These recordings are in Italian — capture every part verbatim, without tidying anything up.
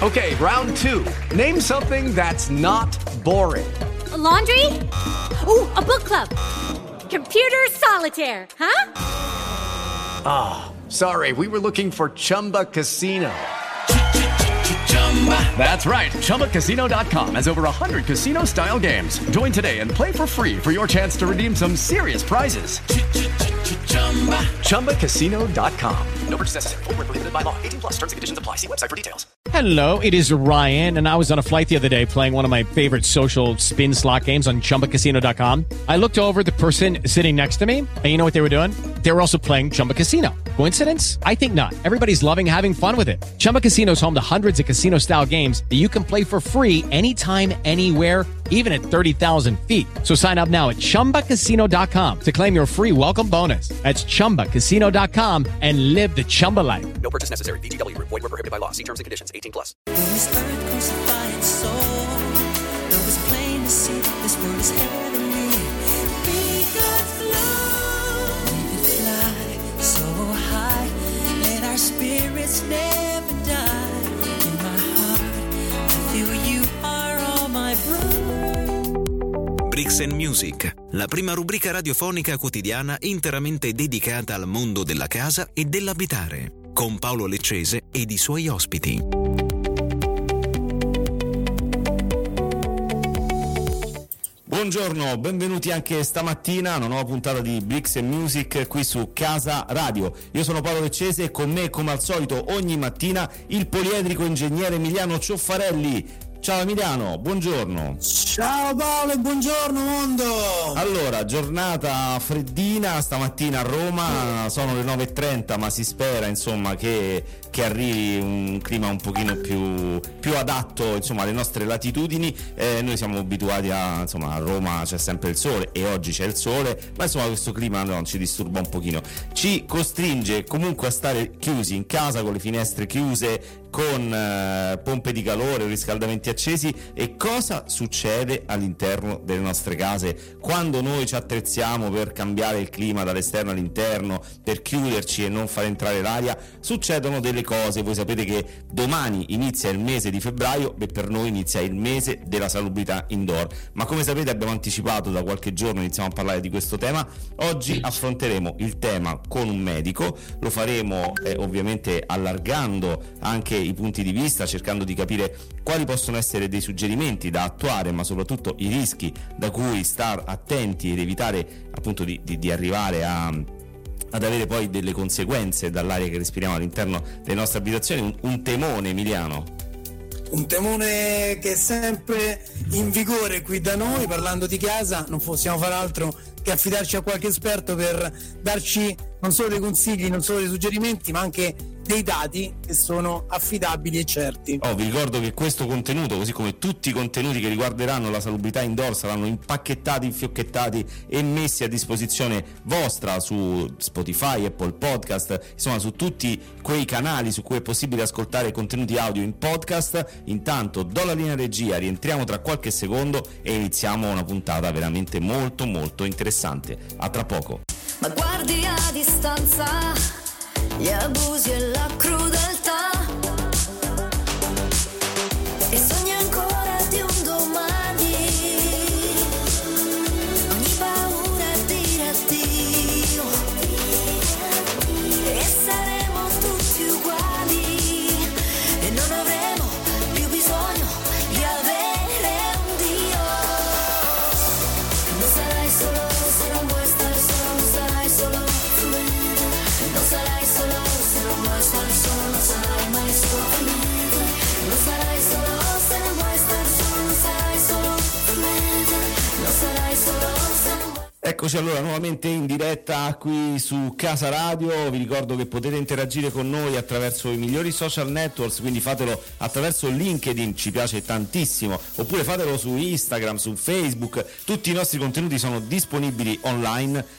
Okay, round two. Name something that's not boring. A laundry? Ooh, a book club. Computer solitaire, huh? Ah, oh, sorry, we were looking for Chumba Casino. That's right, Chumba Casino dot com has over one hundred casino-style games. Join today and play for free for your chance to redeem some serious prizes. Chumba Casino dot com. No purchase necessary. Void where prohibited by law. eighteen plus terms and conditions apply. See website for details. Hello, it is Ryan, and I was on a flight the other day playing one of my favorite social spin slot games on Chumba Casino dot com. I looked over at the person sitting next to me, and you know what they were doing? They were also playing Chumba Casino. Coincidence? I think not. Everybody's loving having fun with it. Chumba Casino is home to hundreds of casino-style games that you can play for free anytime, anywhere, even at thirty thousand feet. So sign up now at Chumba Casino dot com to claim your free welcome bonus. That's Chumba Casino dot com and live the Chumba life. No purchase necessary. V G W. Void where prohibited by law. See terms and conditions. eighteen plus. When this earth crucified its soul, though it's plain to see that this world is heavenly, we could fly, we could fly so high, let our spirits never die. In my heart, I feel you are all my brother. Bricks and Music, la prima rubrica radiofonica quotidiana interamente dedicata al mondo della casa e dell'abitare, con Paolo Leccese ed i suoi ospiti. Buongiorno, benvenuti anche stamattina a una nuova puntata di Bricks and Music qui su Casa Radio. Io sono Paolo Leccese e con me, come al solito, ogni mattina il poliedrico ingegnere Emiliano Cioffarelli. Ciao Emiliano, buongiorno. Ciao Paolo e buongiorno mondo. Allora, giornata freddina stamattina a Roma, sono le nove e trenta, ma si spera insomma che, che arrivi un clima un pochino più, più adatto insomma alle nostre latitudini. Eh, noi siamo abituati a, insomma, a Roma c'è sempre il sole e oggi c'è il sole, ma insomma questo clima no, ci disturba un pochino, ci costringe comunque a stare chiusi in casa con le finestre chiuse, con eh, pompe di calore, riscaldamenti accesi. E cosa succede all'interno delle nostre case quando noi ci attrezziamo per cambiare il clima dall'esterno all'interno, per chiuderci e non far entrare l'aria? Succedono delle cose. Voi sapete che domani inizia il mese di febbraio e per noi inizia il mese della salubrità indoor, ma come sapete abbiamo anticipato da qualche giorno, iniziamo a parlare di questo tema. Oggi affronteremo il tema con un medico, lo faremo eh, ovviamente allargando anche i punti di vista, cercando di capire quali possono essere dei suggerimenti da attuare, ma soprattutto i rischi da cui star attenti ed evitare appunto di, di, di arrivare a ad avere poi delle conseguenze dall'aria che respiriamo all'interno delle nostre abitazioni. Un, un temone, Emiliano. Un temone che è sempre in vigore qui da noi. Parlando di casa non possiamo fare altro che affidarci a qualche esperto per darci non solo dei consigli, non solo dei suggerimenti, ma anche dei dati che sono affidabili e certi. Oh, vi ricordo che questo contenuto, così come tutti i contenuti che riguarderanno la salubrità indoor, saranno impacchettati, infiocchettati e messi a disposizione vostra su Spotify, Apple Podcast, insomma su tutti quei canali su cui è possibile ascoltare contenuti audio in podcast. Intanto do la linea regia, rientriamo tra qualche secondo e iniziamo una puntata veramente molto molto interessante. A tra poco. Ma guardi a distanza gli abusi e la crudeltà e sogni ancora di un domani, ogni paura è dire addio e saremo tutti uguali e non avremo più bisogno di avere un Dio. Non sarai solo se non vuoi stare solo, non sarai solo, non sarai solo se non vuoi stare solo, non sarai mai solo, non sarai solo se non vuoi stare solo, non sarai solo, non sarai solo se non vuoi. Eccoci allora nuovamente in diretta qui su Casa Radio. Vi ricordo che potete interagire con noi attraverso i migliori social networks, quindi fatelo attraverso LinkedIn, ci piace tantissimo, oppure fatelo su Instagram, su Facebook. Tutti i nostri contenuti sono disponibili online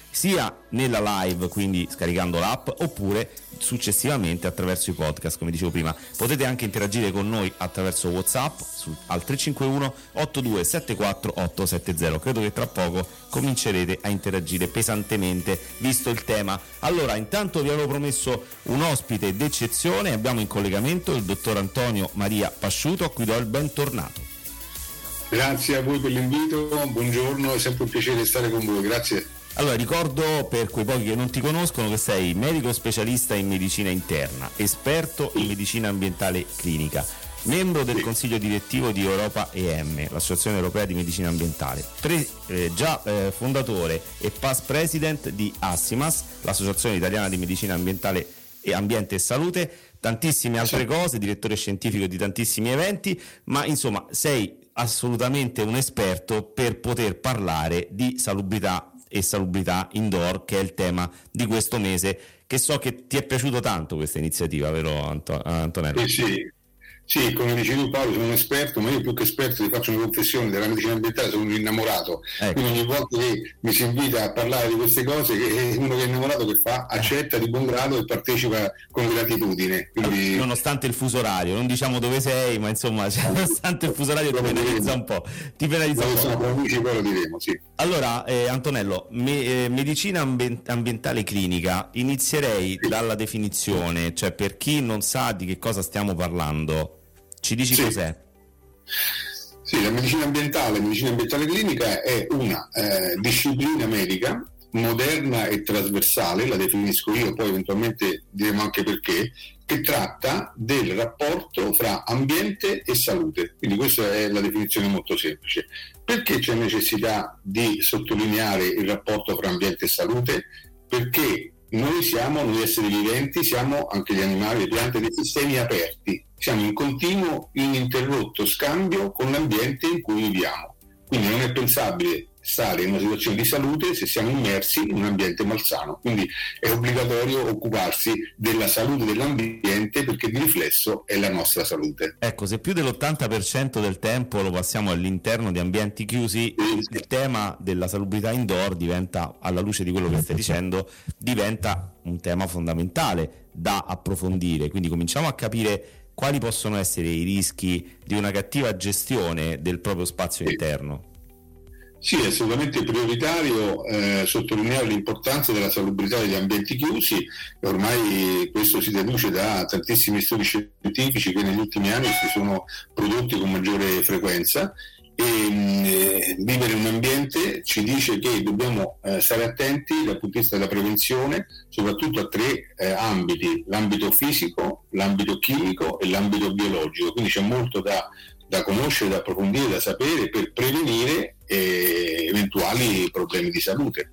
sia nella live, quindi scaricando l'app, oppure successivamente attraverso i podcast, come dicevo prima. Potete anche interagire con noi attraverso WhatsApp su, al tre cinque uno otto due sette quattro otto sette zero. Credo che tra poco comincerete a interagire pesantemente, visto il tema. Allora, intanto vi avevo promesso un ospite d'eccezione, abbiamo in collegamento il dottor Antonio Maria Pasciuto, a cui do il bentornato. Grazie a voi per l'invito, buongiorno, è sempre un piacere stare con voi, grazie. Allora, ricordo per quei pochi che non ti conoscono che sei medico specialista in medicina interna, esperto in medicina ambientale clinica, membro del consiglio direttivo di Europa E M, l'Associazione Europea di Medicina Ambientale, pre, eh, già eh, fondatore e past president di Assimas, l'Associazione Italiana di Medicina Ambientale e Ambiente e Salute, tantissime altre cose, direttore scientifico di tantissimi eventi, ma insomma sei assolutamente un esperto per poter parlare di salubrità e salubrità indoor, che è il tema di questo mese, che so che ti è piaciuto tanto questa iniziativa, vero Anto- Antonello? Sì, sì. Sì, come dici tu Paolo, sono un esperto, ma io più che esperto ti faccio una confessione: della medicina ambientale sono un innamorato, ecco. Quindi ogni volta che mi si invita a parlare di queste cose, che uno che è innamorato che fa, accetta di buon grado e partecipa con gratitudine. Quindi... Nonostante il fuso orario, non diciamo dove sei, ma insomma, cioè, nonostante il fuso orario ti penalizza un po'. Ti penalizza un po'. Sono amici, poi lo diremo, sì. Allora, eh, Antonello, me, eh, medicina ambient- ambientale clinica, inizierei sì. dalla definizione, cioè per chi non sa di che cosa stiamo parlando. Ci dici sì. cos'è? Sì, la medicina ambientale, medicina ambientale clinica è una eh, disciplina medica moderna e trasversale, la definisco io, poi eventualmente diremo anche perché, che tratta del rapporto fra ambiente e salute. Quindi questa è la definizione molto semplice. Perché c'è necessità di sottolineare il rapporto fra ambiente e salute? Perché noi siamo, noi esseri viventi, siamo anche gli animali, le piante, dei sistemi aperti, siamo in continuo, ininterrotto scambio con l'ambiente in cui viviamo. Quindi non è pensabile stare in una situazione di salute se siamo immersi in un ambiente malsano. Quindi è obbligatorio occuparsi della salute dell'ambiente, perché di riflesso è la nostra salute. Ecco, se più dell'ottanta per cento del tempo lo passiamo all'interno di ambienti chiusi, il, il tema della salubrità indoor diventa, alla luce di quello che stai dicendo, diventa un tema fondamentale da approfondire. Quindi cominciamo a capire quali possono essere i rischi di una cattiva gestione del proprio spazio sì. interno. Sì, è assolutamente prioritario eh, sottolineare l'importanza della salubrità degli ambienti chiusi. Ormai questo si deduce da tantissimi studi scientifici che negli ultimi anni si sono prodotti con maggiore frequenza, e eh, vivere in un ambiente ci dice che dobbiamo eh, stare attenti dal punto di vista della prevenzione, soprattutto a tre eh, ambiti: l'ambito fisico, l'ambito chimico e l'ambito biologico. Quindi c'è molto da da conoscere, da approfondire, da sapere per prevenire eh, eventuali problemi di salute.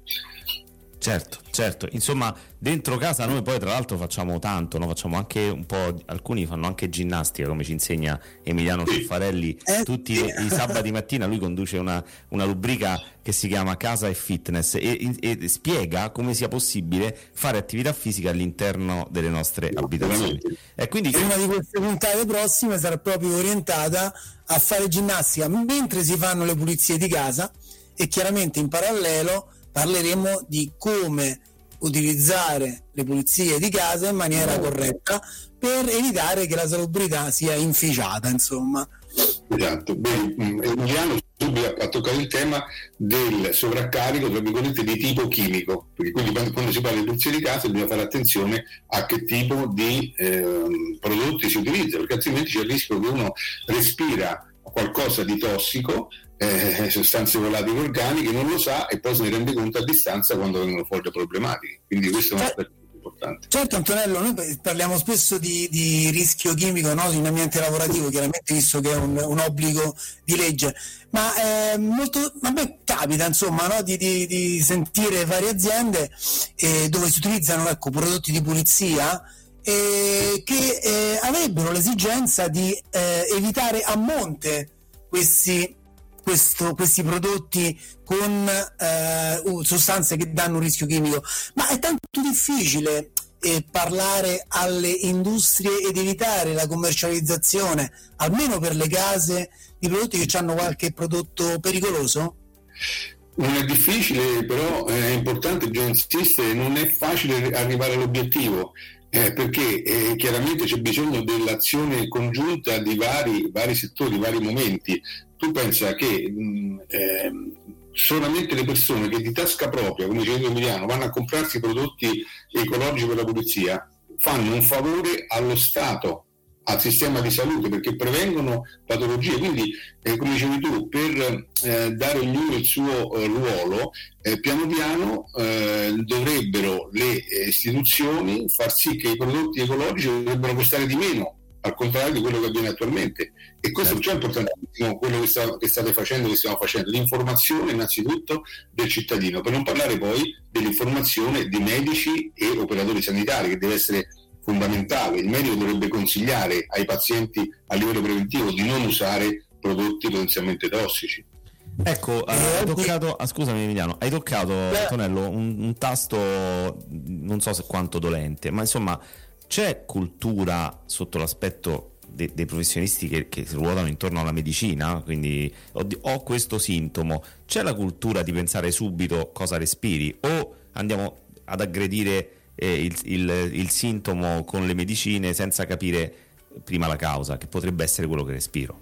Certo, certo. Insomma, dentro casa noi poi tra l'altro facciamo tanto, no? Facciamo anche un po', alcuni fanno anche ginnastica, come ci insegna Emiliano Ceffarelli tutti i sabati mattina. Lui conduce una, una rubrica che si chiama Casa e Fitness e, e, e spiega come sia possibile fare attività fisica all'interno delle nostre abitazioni. E quindi e una di queste puntate prossime sarà proprio orientata a fare ginnastica mentre si fanno le pulizie di casa, e chiaramente in parallelo parleremo di come utilizzare le pulizie di casa in maniera corretta per evitare che la salubrità sia inficiata, insomma. Esatto. Beh, Emiliano subito ha toccato il tema del sovraccarico, tra virgolette, di tipo chimico, perché quindi quando, quando si parla di pulizie di casa bisogna fare attenzione a che tipo di eh, prodotti si utilizza, perché altrimenti c'è il rischio che uno respira qualcosa di tossico, eh, sostanze volatili organiche, non lo sa e poi se ne rende conto a distanza quando vengono fuori le problematiche. Quindi questo è un aspetto importante. Certo Antonello, noi parliamo spesso di, di rischio chimico, no? In ambiente lavorativo, chiaramente, visto che è un, un obbligo di legge, ma eh, molto, a me capita insomma, no? di, di, di sentire varie aziende eh, dove si utilizzano ecco, prodotti di pulizia eh, che eh, avrebbero l'esigenza di eh, evitare a monte questi Questo, questi prodotti con eh, sostanze che danno un rischio chimico, ma è tanto difficile eh, parlare alle industrie ed evitare la commercializzazione, almeno per le case, di prodotti che hanno qualche prodotto pericoloso? Non è difficile, però è importante già insistere, non è facile arrivare all'obiettivo, eh, perché eh, chiaramente c'è bisogno dell'azione congiunta di vari, vari settori, vari momenti. Tu pensa che mh, eh, solamente le persone che di tasca propria, come diceva Emiliano, vanno a comprarsi prodotti ecologici per la pulizia, fanno un favore allo Stato, al sistema di salute, perché prevengono patologie. Quindi eh, come dicevi tu, per eh, dare ognuno il suo eh, ruolo, eh, piano piano eh, dovrebbero le eh, istituzioni far sì che i prodotti ecologici dovrebbero costare di meno, al contrario di quello che avviene attualmente. E questo è importantissimo, quello che, sta, che state facendo, che stiamo facendo, l'informazione innanzitutto del cittadino, per non parlare poi dell'informazione di medici e operatori sanitari, che deve essere fondamentale. Il medico dovrebbe consigliare ai pazienti a livello preventivo di non usare prodotti potenzialmente tossici. Ecco, eh, hai toccato, ah, scusami Emiliano, hai toccato, Antonello, un, un tasto non so se quanto dolente, ma insomma c'è cultura sotto l'aspetto de, dei professionisti che, che ruotano intorno alla medicina, quindi ho, ho questo sintomo, c'è la cultura di pensare subito cosa respiri, o andiamo ad aggredire Eh, il, il, il sintomo con le medicine senza capire prima la causa, che potrebbe essere quello che respiro?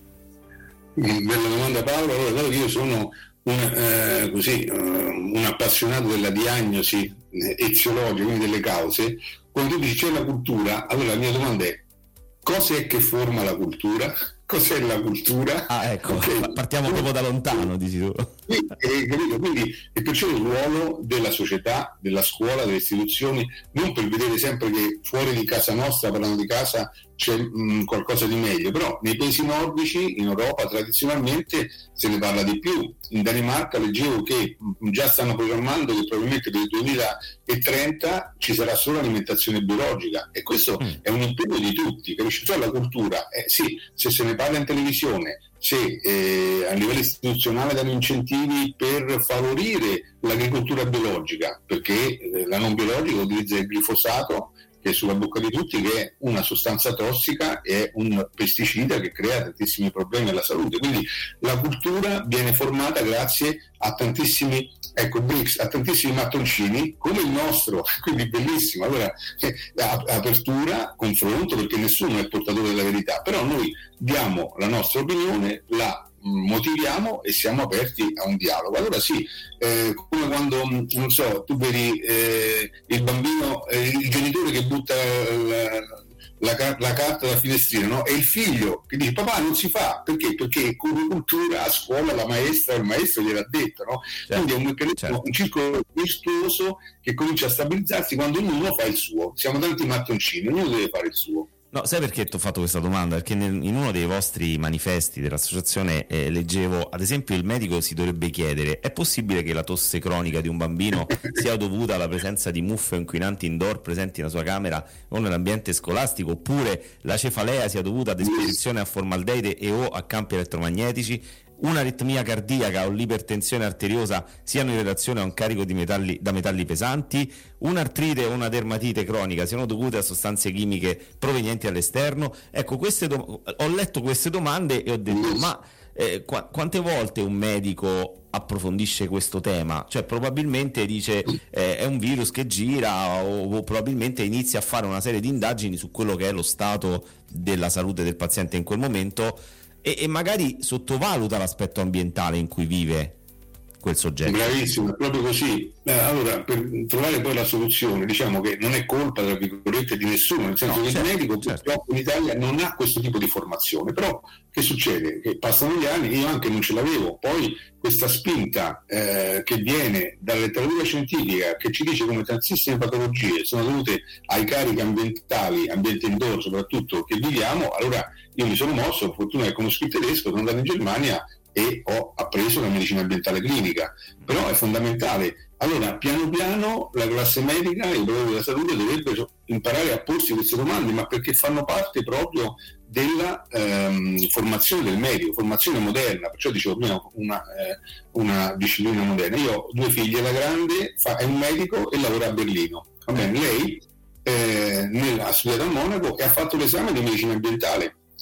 Bella domanda, Paolo. Allora, io sono un, eh, così, uh, un appassionato della diagnosi eh, eziologica, quindi delle cause. Quando tu dici c'è la cultura, allora la mia domanda è: cos'è che forma la cultura? Cos'è la cultura? Ah, ecco, okay. Partiamo proprio da lontano, dici tu. Quindi, eh, quindi è perciò il ruolo della società, della scuola, delle istituzioni, non per vedere sempre che fuori di casa nostra, parlando di casa, c'è mh, qualcosa di meglio, però nei paesi nordici, in Europa tradizionalmente se ne parla di più. In Danimarca leggevo che mh, già stanno programmando che probabilmente per il duemilatrenta ci sarà solo alimentazione biologica, e questo mm. è un impegno di tutti, capisci? Cioè la cultura, eh, sì, se se ne parla in televisione, se eh, a livello istituzionale danno incentivi per favorire l'agricoltura biologica, perché eh, la non biologica utilizza il glifosato, che è sulla bocca di tutti, che è una sostanza tossica, è un pesticida che crea tantissimi problemi alla salute. Quindi la cultura viene formata grazie a tantissimi, ecco, bricks, a tantissimi mattoncini come il nostro, quindi bellissimo. Allora eh, apertura, confronto, perché nessuno è portatore della verità, però noi diamo la nostra opinione, la motiviamo e siamo aperti a un dialogo. Allora sì, eh, come quando, non so, tu vedi eh, il bambino, eh, il genitore che butta la, la, la carta da finestrino, no? E il figlio che dice papà non si fa, perché? Perché come cultura a scuola la maestra o il maestro gliel'ha detto, no? Certo, quindi è un meccanismo, certo. Un circolo virtuoso che comincia a stabilizzarsi quando ognuno fa il suo. Siamo tanti mattoncini, ognuno deve fare il suo. No, sai perché ti ho fatto questa domanda? Perché nel, in uno dei vostri manifesti dell'associazione eh, leggevo, ad esempio, il medico si dovrebbe chiedere: è possibile che la tosse cronica di un bambino sia dovuta alla presenza di muffe o inquinanti indoor presenti nella sua camera o nell'ambiente scolastico, oppure la cefalea sia dovuta ad esposizione a formaldeide e o a campi elettromagnetici, un'aritmia cardiaca o l'ipertensione arteriosa siano in relazione a un carico di metalli, da metalli pesanti, un'artrite o una dermatite cronica siano dovute a sostanze chimiche provenienti dall'esterno. Ecco, queste do- ho letto queste domande e ho detto: ma eh, qu- quante volte un medico approfondisce questo tema? Cioè probabilmente dice eh, è un virus che gira, o, o probabilmente inizia a fare una serie di indagini su quello che è lo stato della salute del paziente in quel momento, e, e magari sottovaluta l'aspetto ambientale in cui vive quel soggetto. Bravissimo, è proprio così. Eh, allora, per trovare poi la soluzione, diciamo che non è colpa, tra virgolette, di nessuno, nel senso no, che certo, il medico certo. purtroppo in Italia non ha questo tipo di formazione, però che succede? Che passano gli anni, io anche non ce l'avevo, poi questa spinta eh, che viene dalla letteratura scientifica, che ci dice come tantissime patologie sono dovute ai carichi ambientali, ambiente indoor soprattutto, che viviamo, allora io mi sono mosso, per fortuna che conosco il tedesco, sono andato in Germania e ho appreso la medicina ambientale clinica, però è fondamentale. Allora, piano piano la classe medica e i operatori della salute dovrebbero imparare a porsi queste domande, ma perché fanno parte proprio della ehm, formazione del medico, formazione moderna, perciò dicevo prima una, eh, una disciplina moderna. Io ho due figlie, la grande fa, è un medico e lavora a Berlino. Va bene, lei eh, nel, ha studiato a Monaco e ha fatto l'esame di medicina ambientale.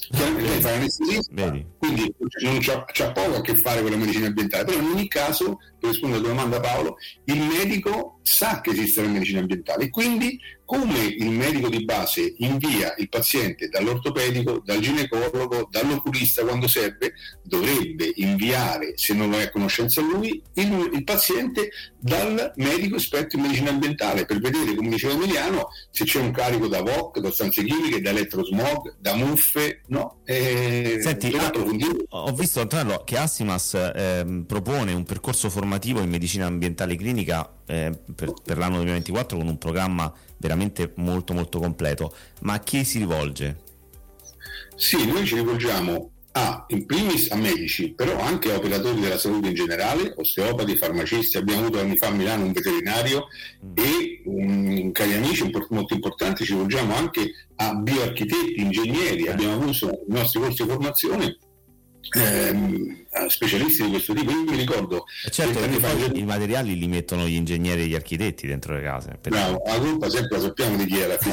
chiaramente lei fa l'anestesista, quindi non c'ha, c'ha poco a che fare con la medicina ambientale, però in ogni caso, per rispondere alla tua domanda Paolo, il medico sa che esiste la medicina ambientale e quindi come il medico di base invia il paziente dall'ortopedico, dal ginecologo, dall'oculista quando serve, dovrebbe inviare, se non lo è a conoscenza lui, il, il paziente dal medico esperto in medicina ambientale per vedere, come diceva Emiliano, se c'è un carico da V O C, da sostanze chimiche, da elettrosmog, da muffe, no? E Senti, ah, ho visto Antonello che Assimas eh, propone un percorso formativo in medicina ambientale clinica eh, per, per l'anno duemilaventiquattro con un programma veramente molto molto completo, ma a chi si rivolge? Sì, noi ci rivolgiamo a, in primis a medici, però anche a operatori della salute in generale, osteopati, farmacisti. Abbiamo avuto anni fa a Milano un veterinario mm. e um, cari amici molto importanti, ci rivolgiamo anche a bioarchitetti, ingegneri. Abbiamo avuto i nostri corsi di formazione ehm, a specialisti di questo tipo. Io mi ricordo e certo, che poi i materiali li mettono gli ingegneri e gli architetti dentro le case. Bravo, la colpa sempre la sappiamo di chi è la fine.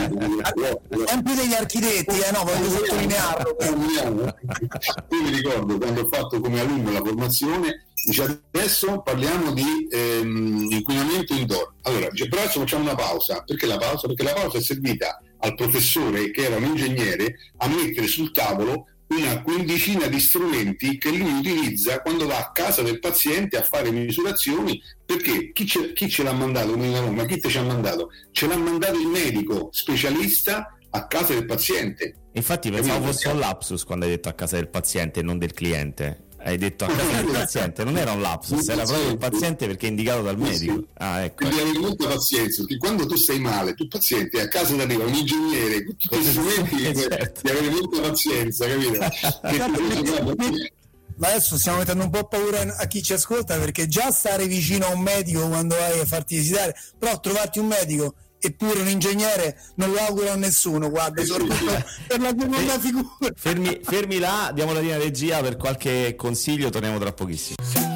Sempre degli architetti, eh no, voglio sottolinearlo. Io mi ricordo quando ho fatto come alunno la formazione, dice adesso parliamo di ehm, inquinamento indoor. Allora, dice, però adesso facciamo una pausa. Perché la pausa? Perché la pausa è servita al professore, che era un ingegnere, a mettere sul tavolo una quindicina di strumenti che lui utilizza quando va a casa del paziente a fare misurazioni, perché chi ce, chi ce l'ha mandato? Ma chi te ci ha mandato? Ce l'ha mandato il medico specialista a casa del paziente. Infatti pensavo fosse un lapsus quando hai detto a casa del paziente e non del cliente. Hai detto a casa del paziente, non era un lapsus, era proprio il paziente perché è indicato dal medico. Ah, ecco. Quindi avere molta pazienza, perché quando tu stai male, tu paziente, a casa ti arriva un ingegnere con tutti i strumenti, certo. Di avere molta pazienza, capito? Ma adesso stiamo mettendo un po' paura a chi ci ascolta, perché già stare vicino a un medico quando vai a farti visitare, però trovarti un medico eppure un ingegnere non lo auguro a nessuno, guarda, soprattutto per la seconda figura. Fermi, fermi là, diamo la linea regia per qualche consiglio, torniamo tra pochissimo.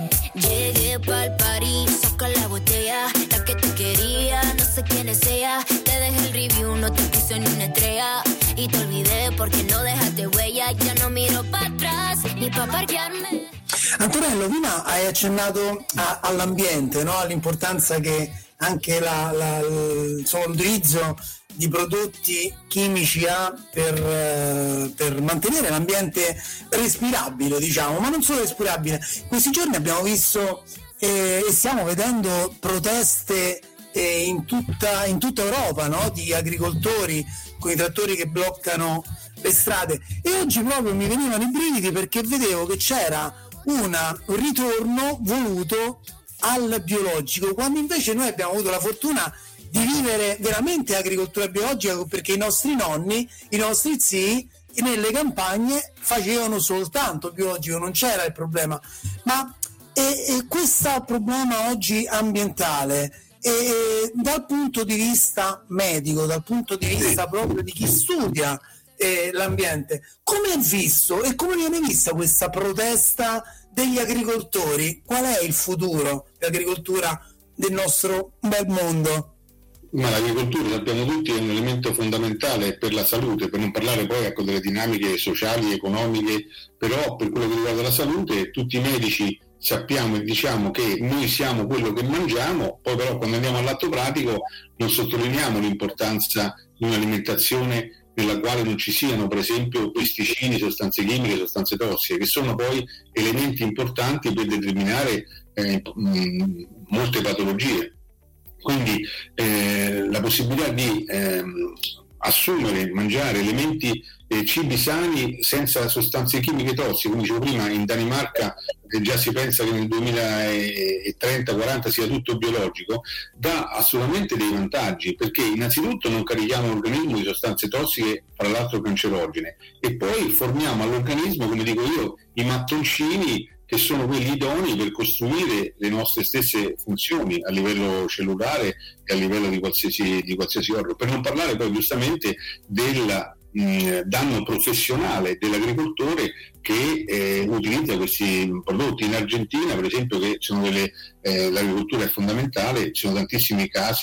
Llegué pa'l party, saca la botella, la que te quería, no sé quién sea. Te dejé el review, no te puse ni una estrella. Y te olvidé porque no dejaste huella. Ya no miro para atrás, ni pa' parquearme. Antonello, prima hai accennato a, all'ambiente, no? All'importanza che anche la, la, insomma, l'utilizzo di prodotti chimici ha per, eh, per mantenere l'ambiente respirabile, diciamo, ma non solo respirabile. Questi giorni abbiamo visto eh, e stiamo vedendo proteste eh, in, tutta, in tutta Europa, no? Di agricoltori con i trattori che bloccano le strade, e oggi proprio mi venivano i brividi perché vedevo che c'era una, un ritorno voluto al biologico, quando invece noi abbiamo avuto la fortuna di vivere veramente agricoltura biologica, perché i nostri nonni, i nostri zii nelle campagne facevano soltanto biologico, non c'era il problema. Ma e, e questo problema oggi ambientale, e, dal punto di vista medico, dal punto di vista proprio di chi studia eh, l'ambiente, come è visto e come viene vista questa protesta degli agricoltori? Qual è il futuro dell'agricoltura del nostro bel mondo? Ma l'agricoltura, sappiamo tutti, è un elemento fondamentale per la salute, per non parlare poi ecco, delle dinamiche sociali, economiche, però per quello che riguarda la salute tutti i medici sappiamo e diciamo che noi siamo quello che mangiamo, poi però quando andiamo all'atto pratico non sottolineiamo l'importanza di un'alimentazione nella quale non ci siano per esempio pesticidi, sostanze chimiche, sostanze tossiche, che sono poi elementi importanti per determinare eh, mh, molte patologie. Quindi eh, la possibilità di ehm, assumere, mangiare elementi, eh, cibi sani senza sostanze chimiche tossiche, come dicevo prima, in Danimarca eh, già si pensa che nel duemilatrenta quaranta sia tutto biologico, dà assolutamente dei vantaggi, perché innanzitutto non carichiamo l'organismo di sostanze tossiche, tra l'altro cancerogene, e poi forniamo all'organismo, come dico io, i mattoncini che sono quelli idonei per costruire le nostre stesse funzioni a livello cellulare e a livello di qualsiasi, di qualsiasi organo. Per non parlare poi giustamente del mh, danno professionale dell'agricoltore che eh, utilizza questi prodotti. In Argentina, per esempio, che sono delle, eh, l'agricoltura è fondamentale, ci sono tantissimi casi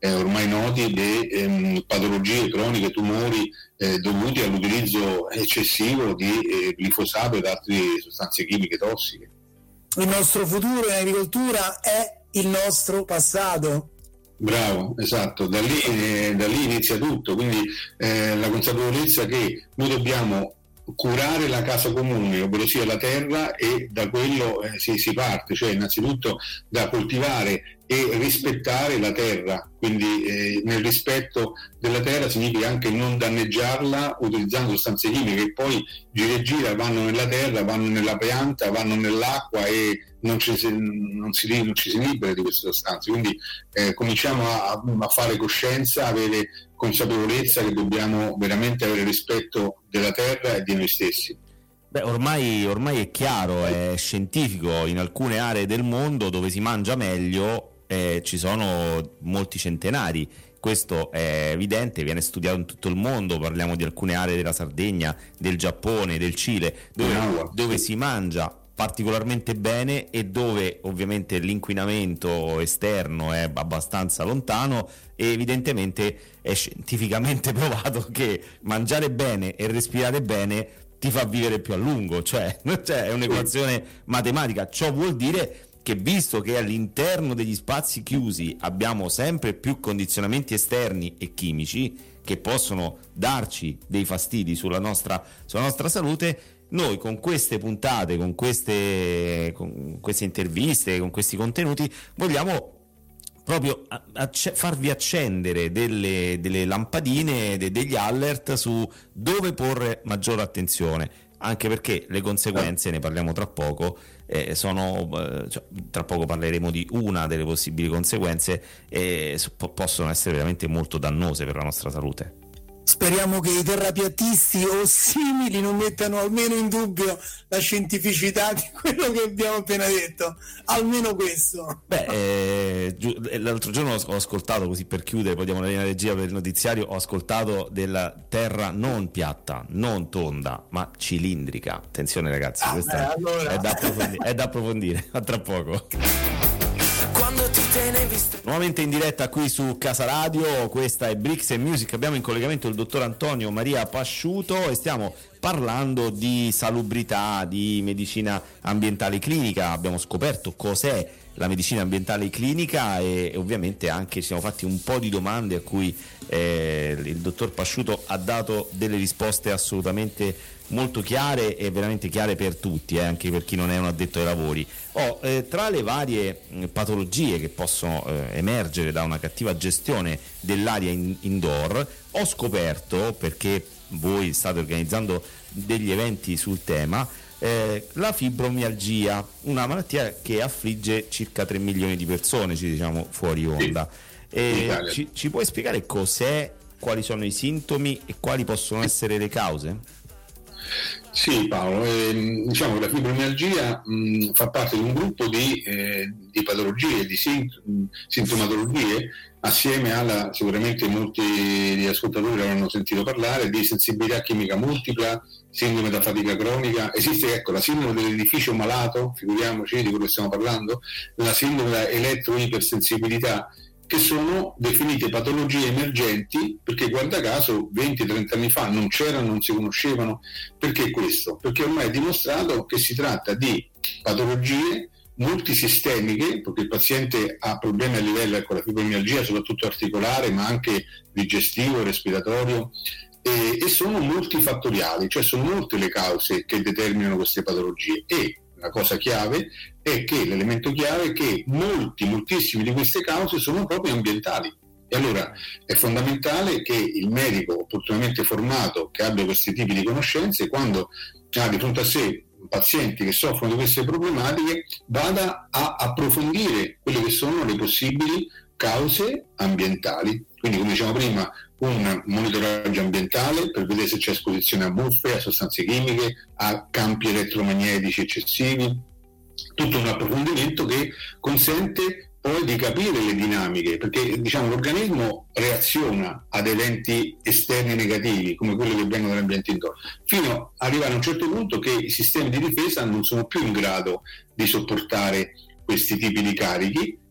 eh, ormai noti di ehm, patologie croniche, tumori eh, dovuti all'utilizzo eccessivo di eh, glifosato ed altre sostanze chimiche tossiche. Il nostro futuro in agricoltura è il nostro passato. Bravo, esatto, da lì, eh, da lì inizia tutto, quindi eh, la consapevolezza che noi dobbiamo curare la casa comune, ovvero sia la terra, e da quello eh, si, si parte, cioè innanzitutto da coltivare e rispettare la terra, quindi eh, nel rispetto della terra significa anche non danneggiarla utilizzando sostanze chimiche che poi gira e gira vanno nella terra, vanno nella pianta, vanno nell'acqua e non ci si, non si, non ci si libera di queste sostanze, quindi eh, cominciamo a, a fare coscienza, avere consapevolezza che dobbiamo veramente avere rispetto della terra e di noi stessi. Beh, ormai, ormai è chiaro, è scientifico, in alcune aree del mondo dove si mangia meglio eh, ci sono molti centenari, questo è evidente, viene studiato in tutto il mondo, parliamo di alcune aree della Sardegna, del Giappone, del Cile, dove, dove si mangia particolarmente bene e dove ovviamente l'inquinamento esterno è abbastanza lontano, e evidentemente è scientificamente provato che mangiare bene e respirare bene ti fa vivere più a lungo, cioè, cioè è un'equazione matematica. Ciò vuol dire che, visto che all'interno degli spazi chiusi abbiamo sempre più condizionamenti esterni e chimici che possono darci dei fastidi sulla nostra, sulla nostra salute, noi con queste puntate, con queste, con queste interviste, con questi contenuti vogliamo proprio acc- farvi accendere delle, delle lampadine, de- degli alert su dove porre maggiore attenzione, anche perché le conseguenze, ne parliamo tra poco, eh, sono eh, cioè, tra poco parleremo di una delle possibili conseguenze, e eh, possono essere veramente molto dannose per la nostra salute. Speriamo che i terrapiattisti o simili non mettano almeno in dubbio la scientificità di quello che abbiamo appena detto, almeno questo. Beh, eh, giu- l'altro giorno ho ascoltato, così per chiudere, poi diamo la linea regia per il notiziario, ho ascoltato della terra non piatta, non tonda, ma cilindrica. Attenzione ragazzi, ah, questa beh, allora. è, da approfondire, è da approfondire, a tra poco. Nuovamente in diretta qui su Casa Radio, questa è Bricks and Music, abbiamo in collegamento il dottor Antonio Maria Pasciuto e stiamo parlando di salubrità, di medicina ambientale clinica. Abbiamo scoperto cos'è la medicina ambientale clinica e ovviamente anche ci siamo fatti un po' di domande a cui eh, il dottor Pasciuto ha dato delle risposte assolutamente molto chiare e veramente chiare per tutti, eh, anche per chi non è un addetto ai lavori. Oh, eh, tra le varie mh, patologie che possono eh, emergere da una cattiva gestione dell'aria in- indoor, ho scoperto, perché voi state organizzando degli eventi sul tema, eh, la fibromialgia, una malattia che affligge circa tre milioni di persone, ci diciamo fuori onda. Eh, ci, ci puoi spiegare cos'è, quali sono i sintomi e quali possono essere le cause? Sì Paolo, eh, diciamo che la fibromialgia mh, fa parte di un gruppo di, eh, di patologie, di sint- sintomatologie, assieme alla, sicuramente molti degli ascoltatori avranno sentito parlare, di sensibilità chimica multipla, sindrome da fatica cronica. Esiste, ecco, la sindrome dell'edificio malato, figuriamoci di quello che stiamo parlando, la sindrome da elettroipersensibilità, che sono definite patologie emergenti perché, guarda caso, venti trenta anni fa non c'erano, non si conoscevano. Perché questo? Perché ormai è dimostrato che si tratta di patologie multisistemiche, perché il paziente ha problemi a livello, ecco, la fibromialgia soprattutto articolare, ma anche digestivo, respiratorio, e, e sono multifattoriali, cioè sono molte le cause che determinano queste patologie. E la cosa chiave è che l'elemento chiave è che molti, moltissimi di queste cause sono proprio ambientali. E allora è fondamentale che il medico opportunamente formato, che abbia questi tipi di conoscenze, quando ha di fronte a sé pazienti che soffrono di queste problematiche, vada a approfondire quelle che sono le possibili cause ambientali. Quindi, come diciamo prima, un monitoraggio ambientale per vedere se c'è esposizione a muffe, a sostanze chimiche, a campi elettromagnetici eccessivi, tutto un approfondimento che consente poi di capire le dinamiche, perché diciamo l'organismo reaziona ad eventi esterni negativi come quelli che vengono dall'ambiente indoor, fino ad arrivare a un certo punto che i sistemi di difesa non sono più in grado di sopportare questi tipi di carichi,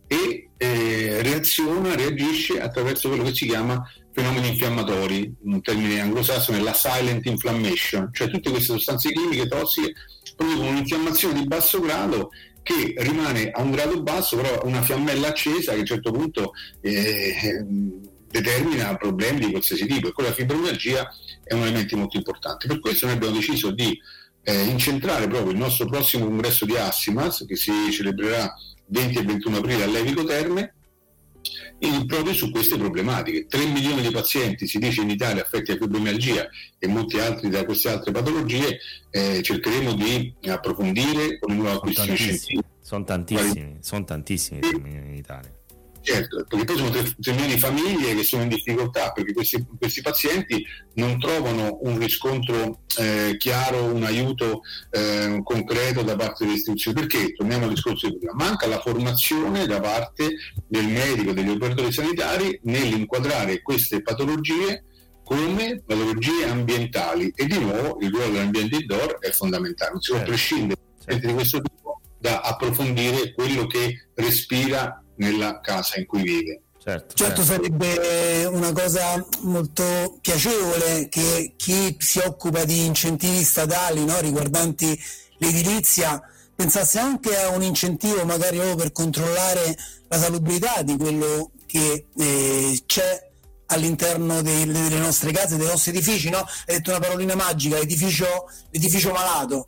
e eh, reaziona, reagisce attraverso quello che si chiama fenomeni infiammatori, un termine anglosassone, la silent inflammation, cioè tutte queste sostanze chimiche tossiche producono un'infiammazione di basso grado che rimane a un grado basso, però una fiammella accesa che a un certo punto eh, determina problemi di qualsiasi tipo, e quella fibromialgia è un elemento molto importante. Per questo noi abbiamo deciso di eh, incentrare proprio il nostro prossimo congresso di Assimas, che si celebrerà venti e ventuno aprile a Levico Terme, e proprio su queste problematiche. tre milioni di pazienti, si dice, in Italia affetti da fibromialgia e molti altri da queste altre patologie. Eh, cercheremo di approfondire con le nuove acquisizioni scientifiche. Sono tantissimi, sono tantissimi in Italia. Certo, perché poi sono tre milioni di famiglie che sono in difficoltà, perché questi, questi pazienti non trovano un riscontro eh, chiaro, un aiuto eh, concreto da parte delle istituzioni. Perché? Torniamo al discorso di prima, manca la formazione da parte del medico, degli operatori sanitari nell'inquadrare queste patologie come patologie ambientali, e di nuovo il ruolo dell'ambiente indoor è fondamentale, non si può prescindere certo. di questo tipo da approfondire quello che respira nella casa in cui vive. Certo, certo, sarebbe una cosa molto piacevole che chi si occupa di incentivi statali, no, riguardanti l'edilizia pensasse anche a un incentivo magari proprio per controllare la salubrità di quello che eh, c'è all'interno dei, delle nostre case, dei nostri edifici, no? Hai detto una parolina magica, l'edificio, l'edificio malato.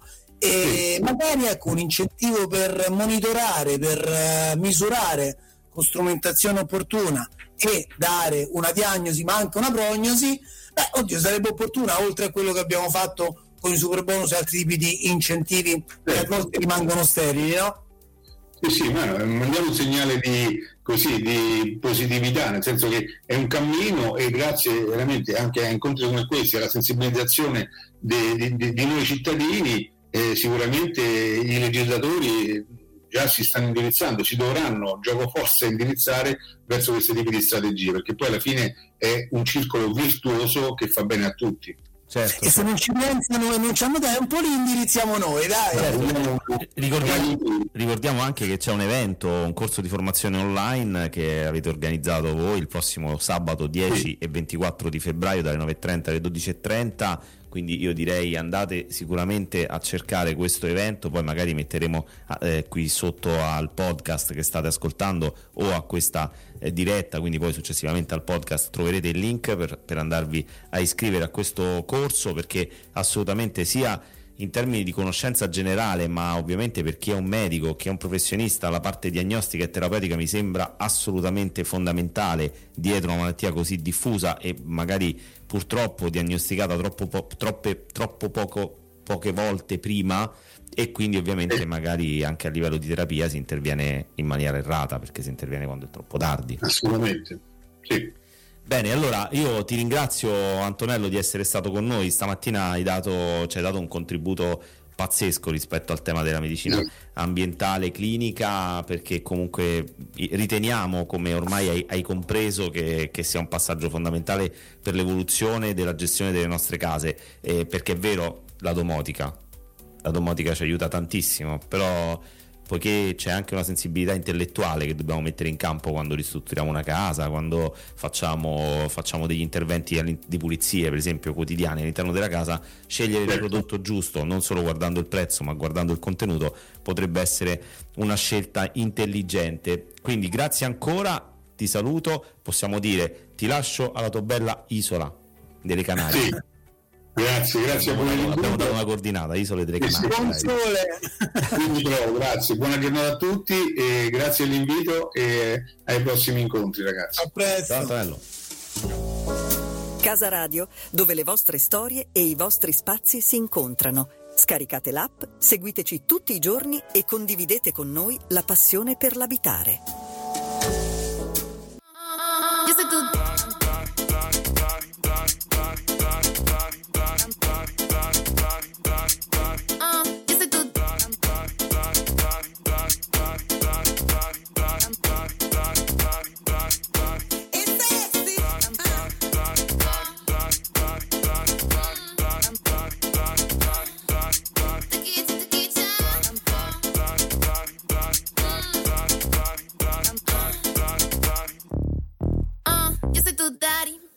E magari ecco un incentivo per monitorare, per uh, misurare con strumentazione opportuna e dare una diagnosi ma anche una prognosi. Beh, oddio, sarebbe opportuna, oltre a quello che abbiamo fatto con i super bonus e altri tipi di incentivi che a volte rimangono sterili, no? Sì, sì, ma mandiamo un segnale di, così, di positività, nel senso che è un cammino, e grazie veramente anche a incontri come questi, alla sensibilizzazione di, di, di noi cittadini, Eh, sicuramente i legislatori già si stanno indirizzando, si dovranno gioco forza indirizzare verso questi tipi di strategie, perché poi alla fine è un circolo virtuoso che fa bene a tutti. Certo. E se non ci pensano e non ci hanno tempo, li indirizziamo noi, dai. Certo. Ricordiamo, ricordiamo anche che c'è un evento, un corso di formazione online che avete organizzato voi il prossimo sabato dieci sì. e ventiquattro di febbraio dalle nove e trenta alle dodici e trenta. Quindi io direi andate sicuramente a cercare questo evento, poi magari metteremo eh, qui sotto al podcast che state ascoltando o a questa eh, diretta, quindi poi successivamente al podcast troverete il link per, per andarvi a iscrivere a questo corso, perché assolutamente sia in termini di conoscenza generale, ma ovviamente per chi è un medico, chi è un professionista, la parte diagnostica e terapeutica mi sembra assolutamente fondamentale dietro una malattia così diffusa e magari purtroppo diagnosticata troppo, po- troppe, troppo poco, poche volte prima, e quindi ovviamente magari anche a livello di terapia si interviene in maniera errata, perché si interviene quando è troppo tardi. Assolutamente, sì. Bene, allora io ti ringrazio, Antonello, di essere stato con noi stamattina. Hai dato, ci hai dato un contributo pazzesco rispetto al tema della medicina ambientale clinica, perché comunque riteniamo, come ormai hai, hai compreso, che, che sia un passaggio fondamentale per l'evoluzione della gestione delle nostre case, eh, perché è vero, la domotica la domotica ci aiuta tantissimo, però poiché c'è anche una sensibilità intellettuale che dobbiamo mettere in campo quando ristrutturiamo una casa, quando facciamo, facciamo degli interventi di pulizie, per esempio quotidiani all'interno della casa, scegliere il prodotto giusto, non solo guardando il prezzo ma guardando il contenuto, potrebbe essere una scelta intelligente. Quindi grazie ancora, ti saluto, possiamo dire ti lascio alla tua bella isola delle Canarie. Sì. Grazie, grazie. Abbiamo, buona abbiamo dato una coordinata, isole delle Canarie. Buon sole. Quindi, però, grazie, buona giornata a tutti e grazie all'invito e ai prossimi incontri, ragazzi. A presto. Ciao, Antonello. Casa Radio, dove le vostre storie e i vostri spazi si incontrano. Scaricate l'app, seguiteci tutti i giorni e condividete con noi la passione per l'abitare.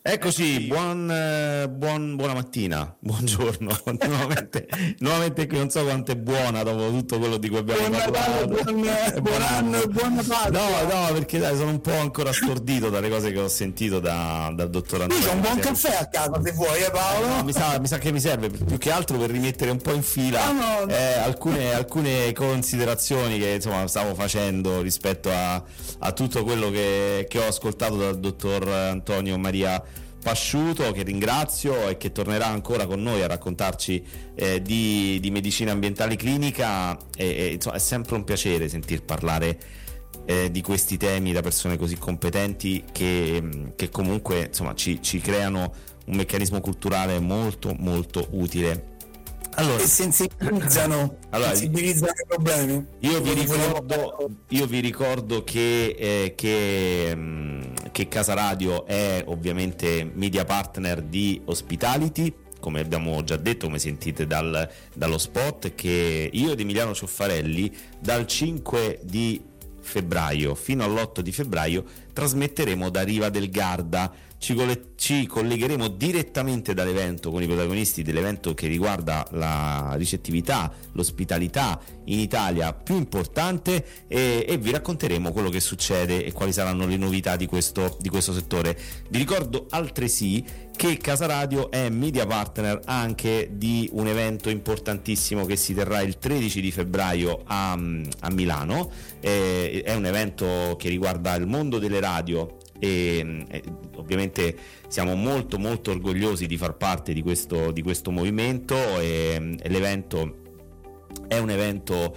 Eccoci, buon, eh, buon, buona mattina, buongiorno. nuovamente, nuovamente qui non so quanto è buona dopo tutto quello di cui abbiamo buon parlato. Natale, buon, buon anno e buon Natale. No, no, perché dai, sono un po' ancora stordito dalle cose che ho sentito da, dal dottor Antonio. C'è un buon caffè a casa se vuoi, eh Paolo? No, mi, sa, mi sa che mi serve più che altro per rimettere un po' in fila ah, no, no. Eh, alcune, alcune considerazioni che insomma stavo facendo rispetto a, a tutto quello che, che ho ascoltato dal dottor Antonio Maria Pasciuto, che ringrazio e che tornerà ancora con noi a raccontarci eh, di, di medicina ambientale clinica e, e, insomma, è sempre un piacere sentir parlare eh, di questi temi da persone così competenti che, che comunque insomma ci, ci creano un meccanismo culturale molto molto utile. Allora, e sensibilizzano, allora, sensibilizzano i problemi. Io vi ricordo, io vi ricordo che, eh, che, mh, che Casa Radio è ovviamente media partner di Hospitality, come abbiamo già detto, come sentite dal, dallo spot, che io ed Emiliano Cioffarelli dal cinque di febbraio fino all'otto di febbraio trasmetteremo da Riva del Garda. Ci, coll- ci collegheremo direttamente dall'evento con i protagonisti dell'evento che riguarda la ricettività, l'ospitalità in Italia più importante e, e vi racconteremo quello che succede e quali saranno le novità di questo, di questo settore. Vi ricordo altresì che Casa Radio è media partner anche di un evento importantissimo che si terrà il tredici di febbraio a, a Milano. Eh, è un evento che riguarda il mondo delle radio e, e ovviamente siamo molto molto orgogliosi di far parte di questo, di questo movimento e, e l'evento è un evento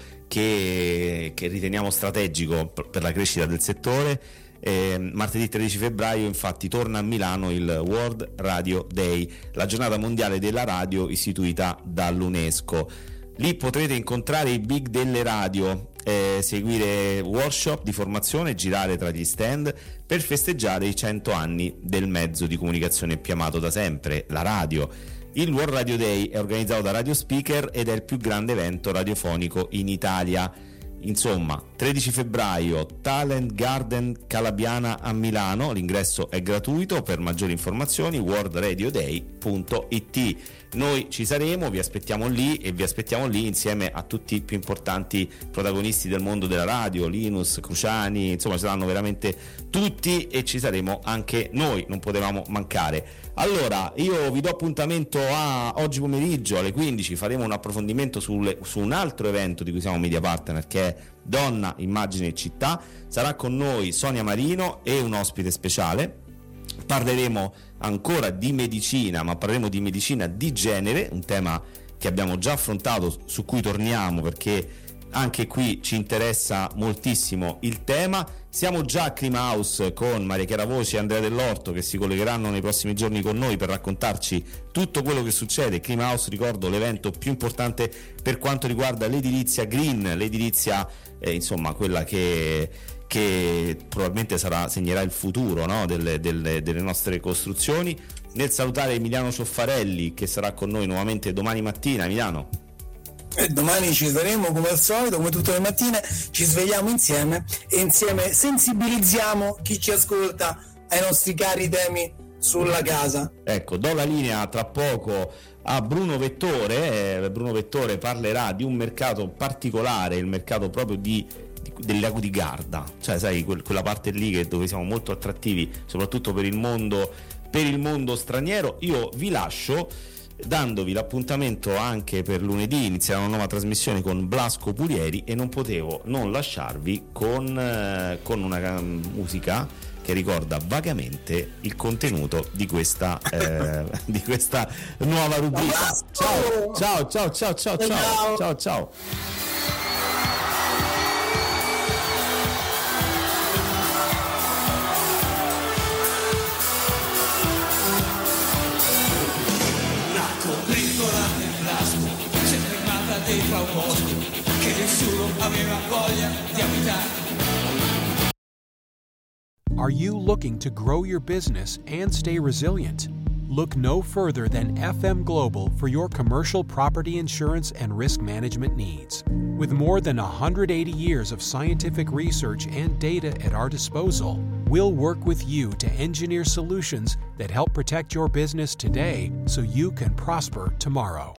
che, che riteniamo strategico per la crescita del settore. Eh, martedì tredici febbraio infatti torna a Milano il World Radio Day, la giornata mondiale della radio istituita dall'UNESCO. Lì potrete incontrare i big delle radio, eh, seguire workshop di formazione, girare tra gli stand per festeggiare i cento anni del mezzo di comunicazione più amato da sempre, la radio. Il World Radio Day è organizzato da Radio Speaker ed è il più grande evento radiofonico in Italia. Insomma, tredici febbraio, Talent Garden Calabiana a Milano, l'ingresso è gratuito. Per maggiori informazioni world radio day punto it. Noi ci saremo, vi aspettiamo lì e vi aspettiamo lì insieme a tutti i più importanti protagonisti del mondo della radio, Linus, Cruciani, insomma ci saranno veramente tutti e ci saremo anche noi, non potevamo mancare. Allora, io vi do appuntamento a oggi pomeriggio alle quindici, faremo un approfondimento sulle, su un altro evento di cui siamo media partner, che è Donna, Immagine e Città. Sarà con noi Sonia Marino e un ospite speciale. Parleremo ancora di medicina, ma parleremo di medicina di genere, un tema che abbiamo già affrontato, su cui torniamo perché anche qui ci interessa moltissimo il tema. Siamo già a Clima House con Maria Chiara Voci e Andrea Dell'Orto, che si collegheranno nei prossimi giorni con noi per raccontarci tutto quello che succede. Clima House, ricordo, l'evento più importante per quanto riguarda l'edilizia green, l'edilizia eh, insomma quella che che probabilmente sarà, segnerà il futuro, no? delle, delle, delle nostre costruzioni. Nel salutare Emiliano Cioffarelli, che sarà con noi nuovamente domani mattina. Emiliano, e domani ci saremo come al solito, come tutte le mattine ci svegliamo insieme e insieme sensibilizziamo chi ci ascolta ai nostri cari temi sulla casa. Ecco, do la linea tra poco a Bruno Vettore. eh, Bruno Vettore parlerà di un mercato particolare, il mercato proprio di del lago di Garda, cioè sai quella parte lì che dove siamo molto attrattivi soprattutto per il mondo per il mondo straniero. Io vi lascio dandovi l'appuntamento anche per lunedì, inizierà una nuova trasmissione con Blasco Pulieri e non potevo non lasciarvi con, eh, con una musica che ricorda vagamente il contenuto di questa eh, di questa nuova rubrica. Ciao ciao ciao ciao ciao ciao ciao ciao. Dentro a un bosco che nessuno aveva voglia di abitare. Are you looking to grow your business and stay resilient? Look no further than F M Global for your commercial property insurance and risk management needs. With more than one hundred eighty years of scientific research and data at our disposal, We'll work with you to engineer solutions that help protect your business today so you can prosper tomorrow.